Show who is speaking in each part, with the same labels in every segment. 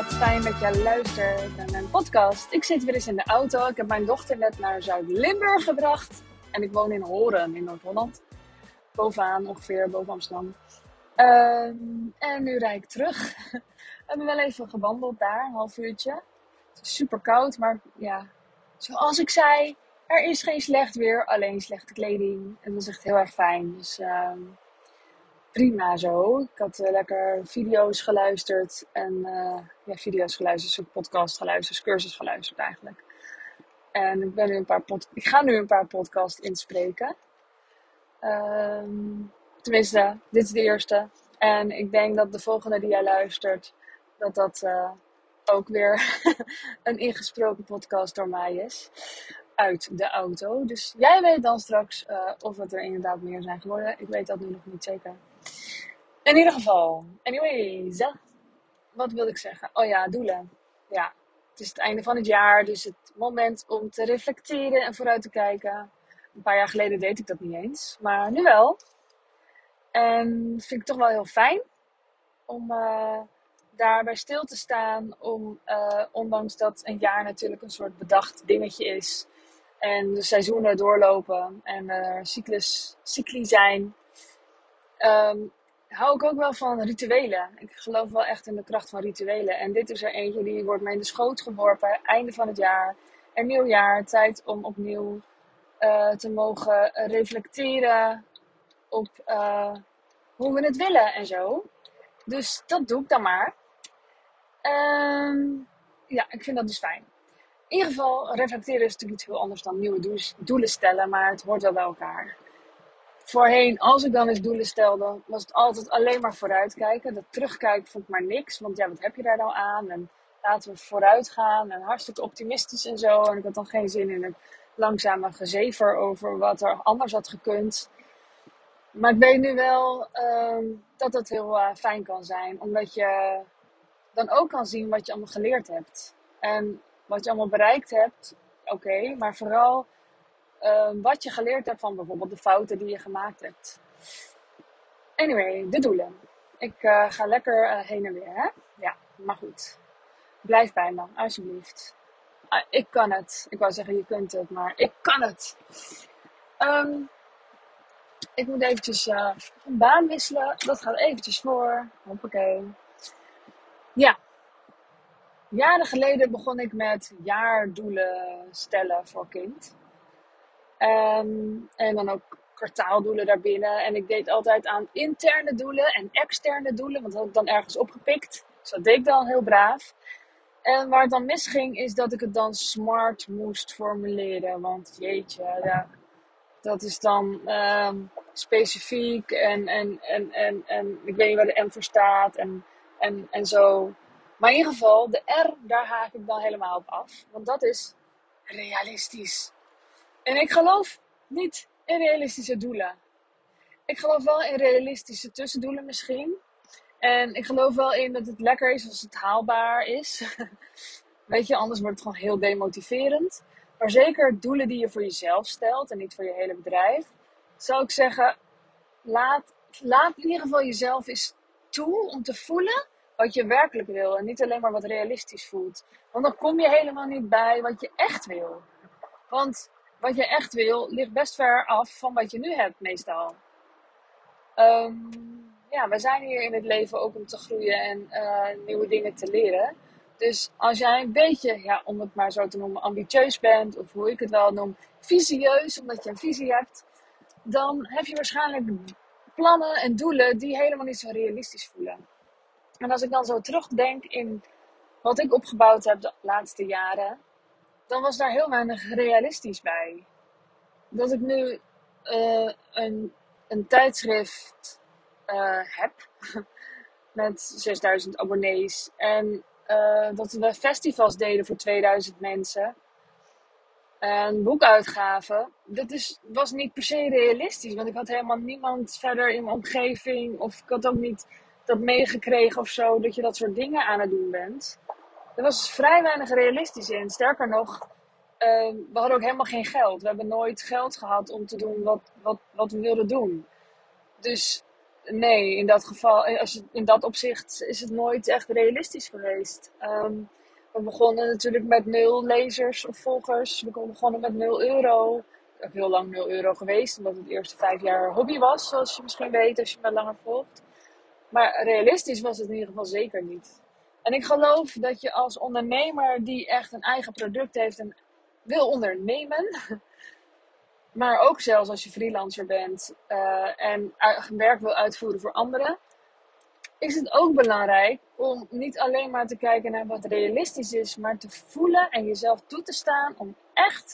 Speaker 1: Fijn dat je luistert naar mijn podcast. Ik zit weer eens in de auto. Ik heb mijn dochter net naar Zuid-Limburg gebracht. En ik woon in Horen in Noord-Holland. Bovenaan ongeveer, boven Amsterdam. En nu rijd ik terug. We hebben wel even gewandeld daar, een half uurtje. Het is super koud, maar ja, zoals ik zei, er is geen slecht weer, alleen slechte kleding. En dat is echt heel erg fijn. Dus prima zo. Ik had lekker video's geluisterd. En video's geluisterd, een podcast geluisterd, cursus geluisterd eigenlijk. En ik ga nu een paar podcasts inspreken. Tenminste, dit is de eerste. En ik denk dat de volgende die jij luistert, dat ook weer een ingesproken podcast door mij is. Uit de auto. Dus jij weet dan straks of het er inderdaad meer zijn geworden. Ik weet dat nu nog niet zeker. In ieder geval. Anyways. Wat wil ik zeggen? Oh ja, doelen. Ja, het is het einde van het jaar. Dus het moment om te reflecteren en vooruit te kijken. Een paar jaar geleden deed ik dat niet eens. Maar nu wel. En dat vind ik toch wel heel fijn. Om daarbij stil te staan. Ondanks dat een jaar natuurlijk een soort bedacht dingetje is. En de seizoenen doorlopen. En er cycli zijn. Hou ik ook wel van rituelen. Ik geloof wel echt in de kracht van rituelen. En dit is er eentje die wordt mij in de schoot geworpen. Einde van het jaar. Een nieuw jaar. Tijd om opnieuw te mogen reflecteren op hoe we het willen en zo. Dus dat doe ik dan maar. Ja, ik vind dat dus fijn. In ieder geval, reflecteren is natuurlijk iets heel anders dan nieuwe doelen stellen. Maar het hoort wel bij elkaar. Voorheen, als ik dan eens doelen stelde, was het altijd alleen maar vooruitkijken. Dat terugkijken vond ik maar niks. Want ja, wat heb je daar nou aan? En laten we vooruit gaan. En hartstikke optimistisch en zo. En ik had dan geen zin in het langzame gezever over wat er anders had gekund. Maar ik weet nu wel dat dat heel fijn kan zijn. Omdat je dan ook kan zien wat je allemaal geleerd hebt. En wat je allemaal bereikt hebt, oké. Maar vooral wat je geleerd hebt van bijvoorbeeld de fouten die je gemaakt hebt. Anyway, de doelen. Ik ga lekker heen en weer, hè? Ja, maar goed. Blijf bij me, alsjeblieft. Ik kan het. Ik wou zeggen, je kunt het, maar ik kan het. Ik moet eventjes een baan wisselen. Dat gaat eventjes voor. Hoppakee. Ja. Jaren geleden begon ik met jaardoelen stellen voor kind. En dan ook kwartaaldoelen daarbinnen. En ik deed altijd aan interne doelen en externe doelen. Want dat had ik dan ergens opgepikt. Dus dat deed ik dan heel braaf. En waar het dan misging is dat ik het dan smart moest formuleren. Want jeetje, ja, dat is dan specifiek. En ik weet niet waar de M voor staat. En zo. Maar in ieder geval, de R, daar haak ik dan helemaal op af. Want dat is realistisch. En ik geloof niet in realistische doelen. Ik geloof wel in realistische tussendoelen misschien. En ik geloof wel in dat het lekker is als het haalbaar is. Weet je, anders wordt het gewoon heel demotiverend. Maar zeker doelen die je voor jezelf stelt en niet voor je hele bedrijf. Zou ik zeggen, laat in ieder geval jezelf eens toe om te voelen wat je werkelijk wil. En niet alleen maar wat realistisch voelt. Want dan kom je helemaal niet bij wat je echt wil. Want wat je echt wil, ligt best ver af van wat je nu hebt, meestal. We zijn hier in het leven ook om te groeien en nieuwe dingen te leren. Dus als jij een beetje, ja, om het maar zo te noemen, ambitieus bent, of hoe ik het wel noem, visieus, omdat je een visie hebt, dan heb je waarschijnlijk plannen en doelen die helemaal niet zo realistisch voelen. En als ik dan zo terugdenk in wat ik opgebouwd heb de laatste jaren, dan was daar heel weinig realistisch bij. Dat ik nu een tijdschrift heb met 6000 abonnees. En dat we festivals deden voor 2000 mensen. En boekuitgaven. Was niet per se realistisch. Want ik had helemaal niemand verder in mijn omgeving. Of ik had ook niet dat meegekregen of zo. Dat je dat soort dingen aan het doen bent. Er was vrij weinig realistisch in. Sterker nog, we hadden ook helemaal geen geld. We hebben nooit geld gehad om te doen wat we wilden doen. Dus Nee, in dat geval, in dat opzicht is het nooit echt realistisch geweest. We begonnen natuurlijk met 0 lezers of volgers. We begonnen met 0 euro. Ook heel lang 0 euro geweest, omdat het de eerste 5 jaar hobby was, zoals je misschien weet als je me langer volgt. Maar realistisch was het in ieder geval zeker niet. En ik geloof dat je als ondernemer die echt een eigen product heeft en wil ondernemen, maar ook zelfs als je freelancer bent en werk wil uitvoeren voor anderen, is het ook belangrijk om niet alleen maar te kijken naar wat realistisch is, maar te voelen en jezelf toe te staan om echt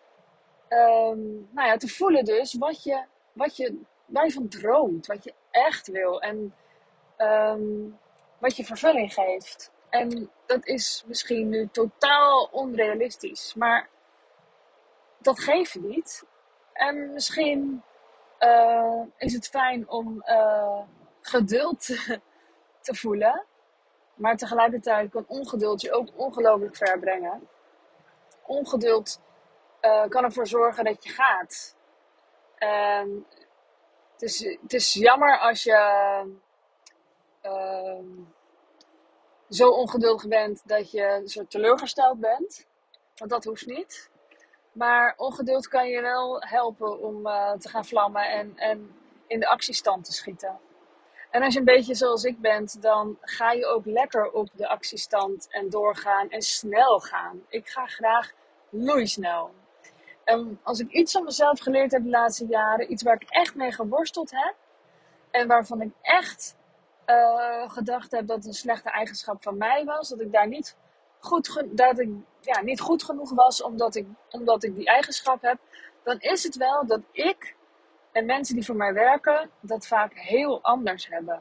Speaker 1: te voelen dus waar je van droomt, wat je echt wil en wat je vervulling geeft. En dat is misschien nu totaal onrealistisch, maar dat geeft niet. En misschien is het fijn om geduld te voelen. Maar tegelijkertijd kan ongeduld je ook ongelooflijk ver brengen. Ongeduld kan ervoor zorgen dat je gaat. En het is jammer als je zo ongeduldig bent dat je zo teleurgesteld bent. Want dat hoeft niet. Maar ongeduld kan je wel helpen om te gaan vlammen en in de actiestand te schieten. En als je een beetje zoals ik bent, dan ga je ook lekker op de actiestand en doorgaan en snel gaan. Ik ga graag loeisnel. En als ik iets van mezelf geleerd heb de laatste jaren, iets waar ik echt mee geworsteld heb en waarvan ik echt gedacht heb dat het een slechte eigenschap van mij was, dat ik daar niet niet goed genoeg was omdat ik die eigenschap heb, dan is het wel dat ik en mensen die voor mij werken dat vaak heel anders hebben.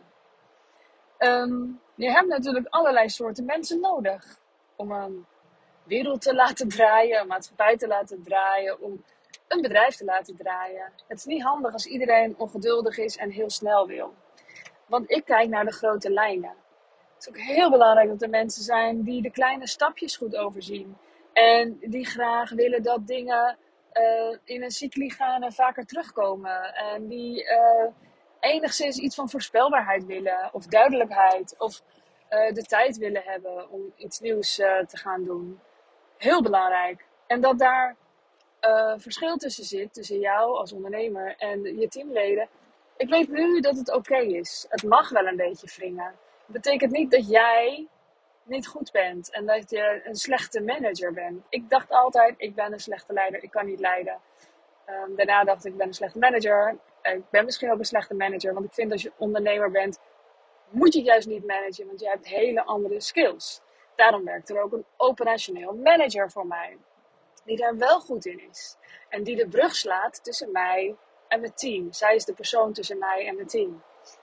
Speaker 1: Je hebt natuurlijk allerlei soorten mensen nodig om een wereld te laten draaien, een maatschappij te laten draaien, om een bedrijf te laten draaien. Het is niet handig als iedereen ongeduldig is en heel snel wil. Want ik kijk naar de grote lijnen. Het is ook heel belangrijk dat er mensen zijn die de kleine stapjes goed overzien. En die graag willen dat dingen in een cycli gaan en vaker terugkomen. En die enigszins iets van voorspelbaarheid willen. Of duidelijkheid. Of de tijd willen hebben om iets nieuws te gaan doen. Heel belangrijk. En dat daar verschil tussen zit. Tussen jou als ondernemer en je teamleden. Ik weet nu dat het oké is. Het mag wel een beetje wringen. Dat betekent niet dat jij niet goed bent en dat je een slechte manager bent. Ik dacht altijd, ik ben een slechte leider, ik kan niet leiden. Daarna dacht ik, ik ben een slechte manager. Ik ben misschien ook een slechte manager, want ik vind als je ondernemer bent, moet je juist niet managen, want je hebt hele andere skills. Daarom werkt er ook een operationeel manager voor mij, die daar wel goed in is. En die de brug slaat tussen mij en mijn team. Zij is de persoon tussen mij en mijn team.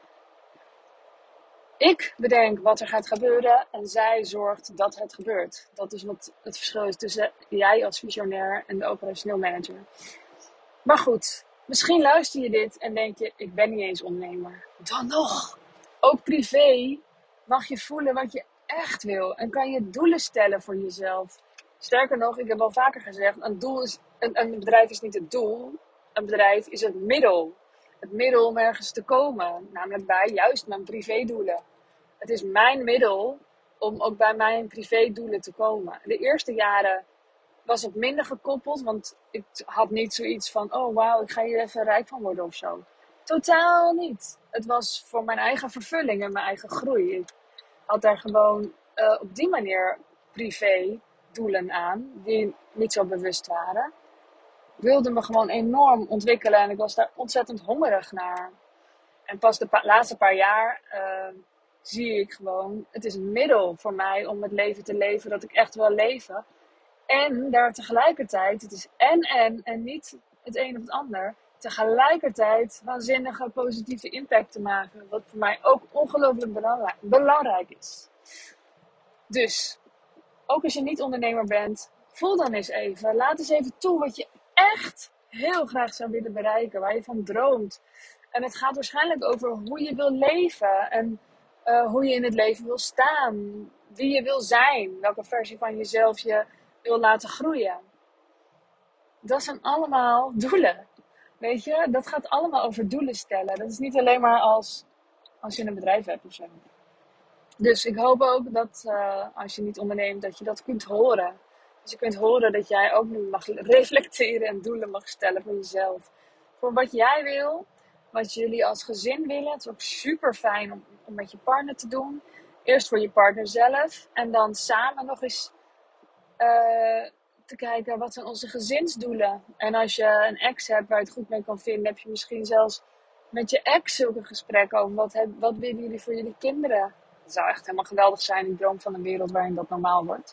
Speaker 1: Ik bedenk wat er gaat gebeuren en zij zorgt dat het gebeurt. Dat is wat het verschil is tussen jij als visionair en de operationeel manager. Maar goed, misschien luister je dit en denk je, ik ben niet eens ondernemer. Dan nog. Ook privé mag je voelen wat je echt wil en kan je doelen stellen voor jezelf. Sterker nog, ik heb al vaker gezegd, een bedrijf is niet het doel. Een bedrijf is het middel. Het middel om ergens te komen. Namelijk bij juist mijn privédoelen. Het is mijn middel om ook bij mijn privédoelen te komen. De eerste jaren was het minder gekoppeld, want ik had niet zoiets van, oh wauw, ik ga hier even rijk van worden of zo. Totaal niet. Het was voor mijn eigen vervulling en mijn eigen groei. Ik had daar gewoon op die manier privé doelen aan, die niet zo bewust waren. Ik wilde me gewoon enorm ontwikkelen en ik was daar ontzettend hongerig naar. En pas de laatste paar jaar zie ik gewoon, het is een middel voor mij om het leven te leven dat ik echt wil leven. En daar tegelijkertijd, het is en niet het een of het ander, tegelijkertijd waanzinnige positieve impact te maken. Wat voor mij ook ongelooflijk belangrijk is. Dus, ook als je niet ondernemer bent, voel dan eens even. Laat eens even toe wat je echt heel graag zou willen bereiken. Waar je van droomt. En het gaat waarschijnlijk over hoe je wil leven. En hoe je in het leven wil staan. Wie je wil zijn. Welke versie van jezelf je wil laten groeien. Dat zijn allemaal doelen. Weet je, dat gaat allemaal over doelen stellen. Dat is niet alleen maar als als je een bedrijf hebt of zo. Dus ik hoop ook dat als je niet onderneemt, dat je dat kunt horen. Dus je kunt horen dat jij ook nu mag reflecteren en doelen mag stellen voor jezelf. Voor wat jij wil, wat jullie als gezin willen. Het is ook super fijn om met je partner te doen. Eerst voor je partner zelf en dan samen nog eens te kijken wat zijn onze gezinsdoelen. En als je een ex hebt waar je het goed mee kan vinden, heb je misschien zelfs met je ex zulke gesprekken over wat willen jullie voor jullie kinderen. Het zou echt helemaal geweldig zijn, ik droom van een wereld waarin dat normaal wordt.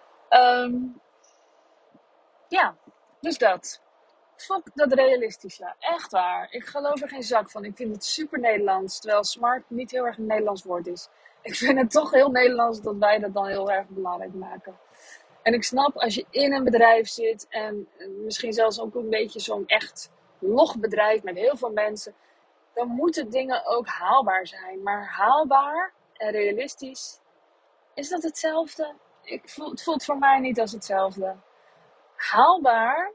Speaker 1: Ja, dus dat. Fuck dat realistische. Echt waar. Ik geloof er geen zak van. Ik vind het super Nederlands. Terwijl smart niet heel erg een Nederlands woord is. Ik vind het toch heel Nederlands dat wij dat dan heel erg belangrijk maken. En ik snap als je in een bedrijf zit en misschien zelfs ook een beetje zo'n echt log bedrijf met heel veel mensen. Dan moeten dingen ook haalbaar zijn. Maar haalbaar en realistisch, is dat hetzelfde? Het voelt voor mij niet als hetzelfde. Haalbaar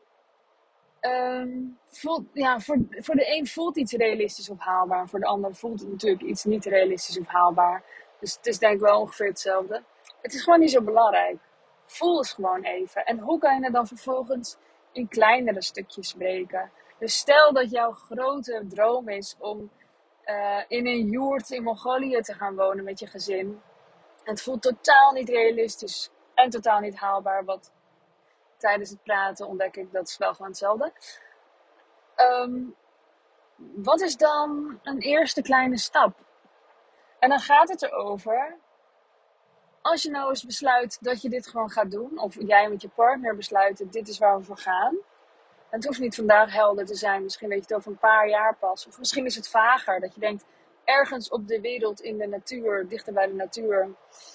Speaker 1: voor de een voelt iets realistisch of haalbaar. Voor de ander voelt het natuurlijk iets niet realistisch of haalbaar. Dus het is denk ik wel ongeveer hetzelfde. Het is gewoon niet zo belangrijk. Voel eens gewoon even. En hoe kan je het dan vervolgens in kleinere stukjes breken? Dus stel dat jouw grote droom is om in een joert in Mongolië te gaan wonen met je gezin. En het voelt totaal niet realistisch en totaal niet haalbaar. Wat tijdens het praten ontdek ik dat is wel gewoon hetzelfde. Wat is dan een eerste kleine stap? En dan gaat het erover, als je nou eens besluit dat je dit gewoon gaat doen, of jij met je partner besluit, dit is waar we voor gaan. En het hoeft niet vandaag helder te zijn, misschien weet je het over een paar jaar pas. Of misschien is het vager, dat je denkt, ergens op de wereld, in de natuur, dichter bij de natuur.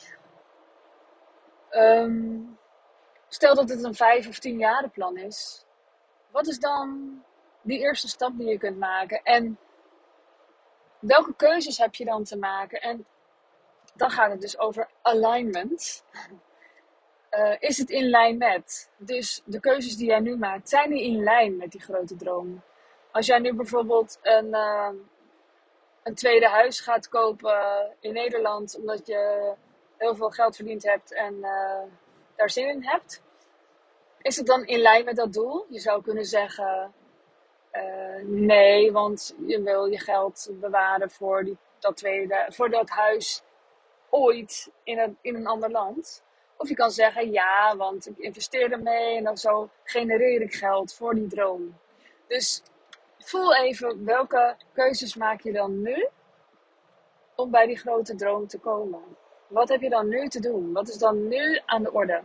Speaker 1: Stel dat het een 5 of 10 jaren plan is. Wat is dan die eerste stap die je kunt maken? En welke keuzes heb je dan te maken? En dan gaat het dus over alignment. Is het in lijn met? Dus de keuzes die jij nu maakt, zijn die in lijn met die grote droom? Als jij nu bijvoorbeeld een tweede huis gaat kopen in Nederland, omdat je heel veel geld verdiend hebt en daar zin in hebt, is het dan in lijn met dat doel? Je zou kunnen zeggen, nee, want je wil je geld bewaren voor voor dat huis ooit in een ander land. Of je kan zeggen, ja, want ik investeer ermee en dan zo genereer ik geld voor die droom. Dus voel even, welke keuzes maak je dan nu om bij die grote droom te komen? Wat heb je dan nu te doen? Wat is dan nu aan de orde?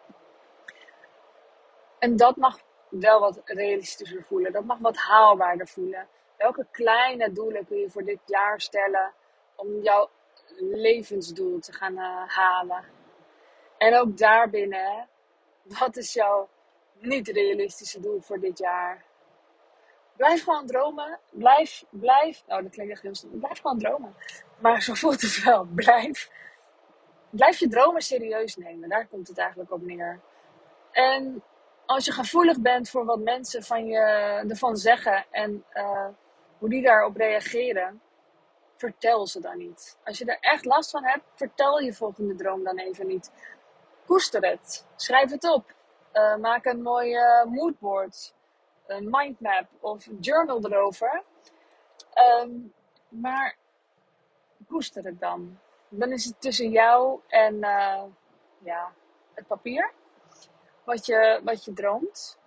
Speaker 1: En dat mag wel wat realistischer voelen. Dat mag wat haalbaarder voelen. Welke kleine doelen kun je voor dit jaar stellen om jouw levensdoel te gaan halen? En ook daarbinnen, wat is jouw niet realistische doel voor dit jaar? Blijf gewoon dromen. Nou dat klinkt echt heel stom. Blijf gewoon dromen. Maar zo voelt het wel. Blijf je dromen serieus nemen. Daar komt het eigenlijk op neer. En als je gevoelig bent voor wat mensen ervan zeggen en hoe die daarop reageren, vertel ze dan niet. Als je er echt last van hebt, vertel je volgende droom dan even niet. Koester het. Schrijf het op. Maak een mooie moodboard. Een mindmap of journal erover. Maar koester het dan. Dan is het tussen jou en het papier. Wat je droomt.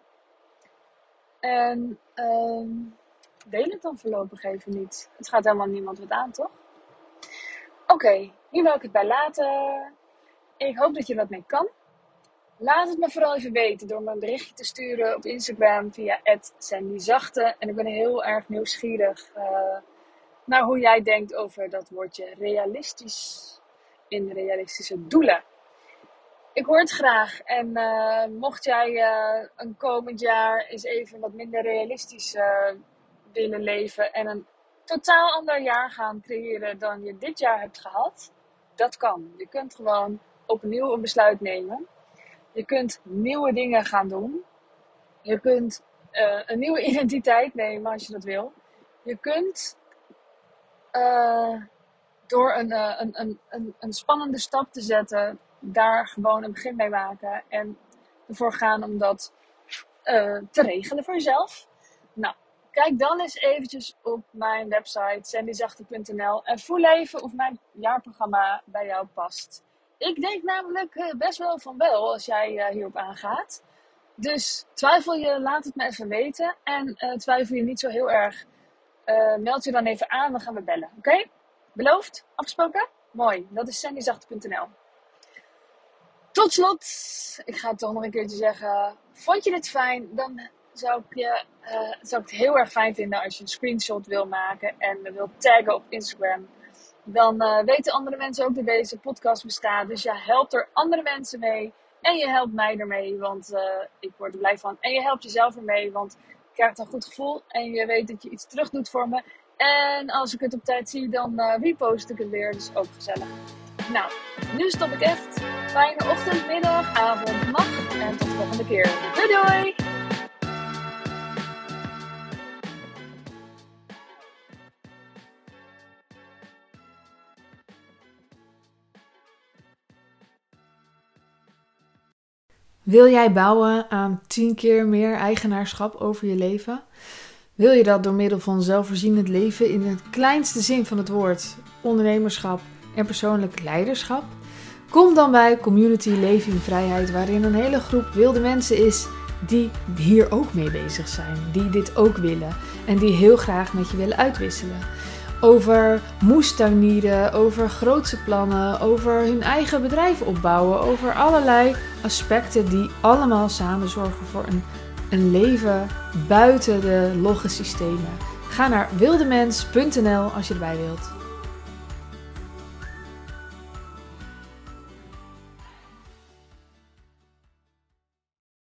Speaker 1: En deel het dan voorlopig even niet. Het gaat helemaal niemand wat aan, toch? Oké, hier wil ik het bij laten. Ik hoop dat je wat mee kan. Laat het me vooral even weten door me een berichtje te sturen op Instagram via @sandyzachte. En ik ben heel erg nieuwsgierig naar hoe jij denkt over dat woordje realistisch in realistische doelen. Ik hoor het graag. En mocht jij een komend jaar eens even wat minder realistisch willen leven en een totaal ander jaar gaan creëren dan je dit jaar hebt gehad, dat kan. Je kunt gewoon opnieuw een besluit nemen. Je kunt nieuwe dingen gaan doen. Je kunt een nieuwe identiteit nemen als je dat wil. Je kunt door een spannende stap te zetten, daar gewoon een begin mee maken en ervoor gaan om dat te regelen voor jezelf. Nou, kijk dan eens eventjes op mijn website sandyzachte.nl en voel even of mijn jaarprogramma bij jou past. Ik denk namelijk best wel van wel als jij hierop aangaat. Dus twijfel je, laat het me even weten. En twijfel je niet zo heel erg, meld je dan even aan, dan gaan we bellen. Oké? Beloofd? Afgesproken? Mooi, dat is sandyzachte.nl. Tot slot, ik ga het toch nog een keertje zeggen. Vond je dit fijn? Dan zou ik het heel erg fijn vinden als je een screenshot wil maken en me wilt taggen op Instagram. Dan weten andere mensen ook dat deze podcast bestaat. Dus je helpt er andere mensen mee. En je helpt mij ermee, want ik word er blij van. En je helpt jezelf ermee, want je krijgt een goed gevoel. En je weet dat je iets terug doet voor me. En als ik het op tijd zie, dan repost ik het weer. Dus ook gezellig. Nou, nu stop ik echt. Fijne ochtend, middag, avond, nacht. En tot de volgende keer. Doei doei!
Speaker 2: Wil jij bouwen aan 10 keer meer eigenaarschap over je leven? Wil je dat door middel van zelfvoorzienend leven in het kleinste zin van het woord, ondernemerschap en persoonlijk leiderschap? Kom dan bij Community Leven in Vrijheid, waarin een hele groep wilde mensen is die hier ook mee bezig zijn, die dit ook willen en die heel graag met je willen uitwisselen. Over moestuinieren, over grootse plannen, over hun eigen bedrijf opbouwen, over allerlei aspecten die allemaal samen zorgen voor een leven buiten de logge systemen. Ga naar wildemens.nl als je erbij wilt.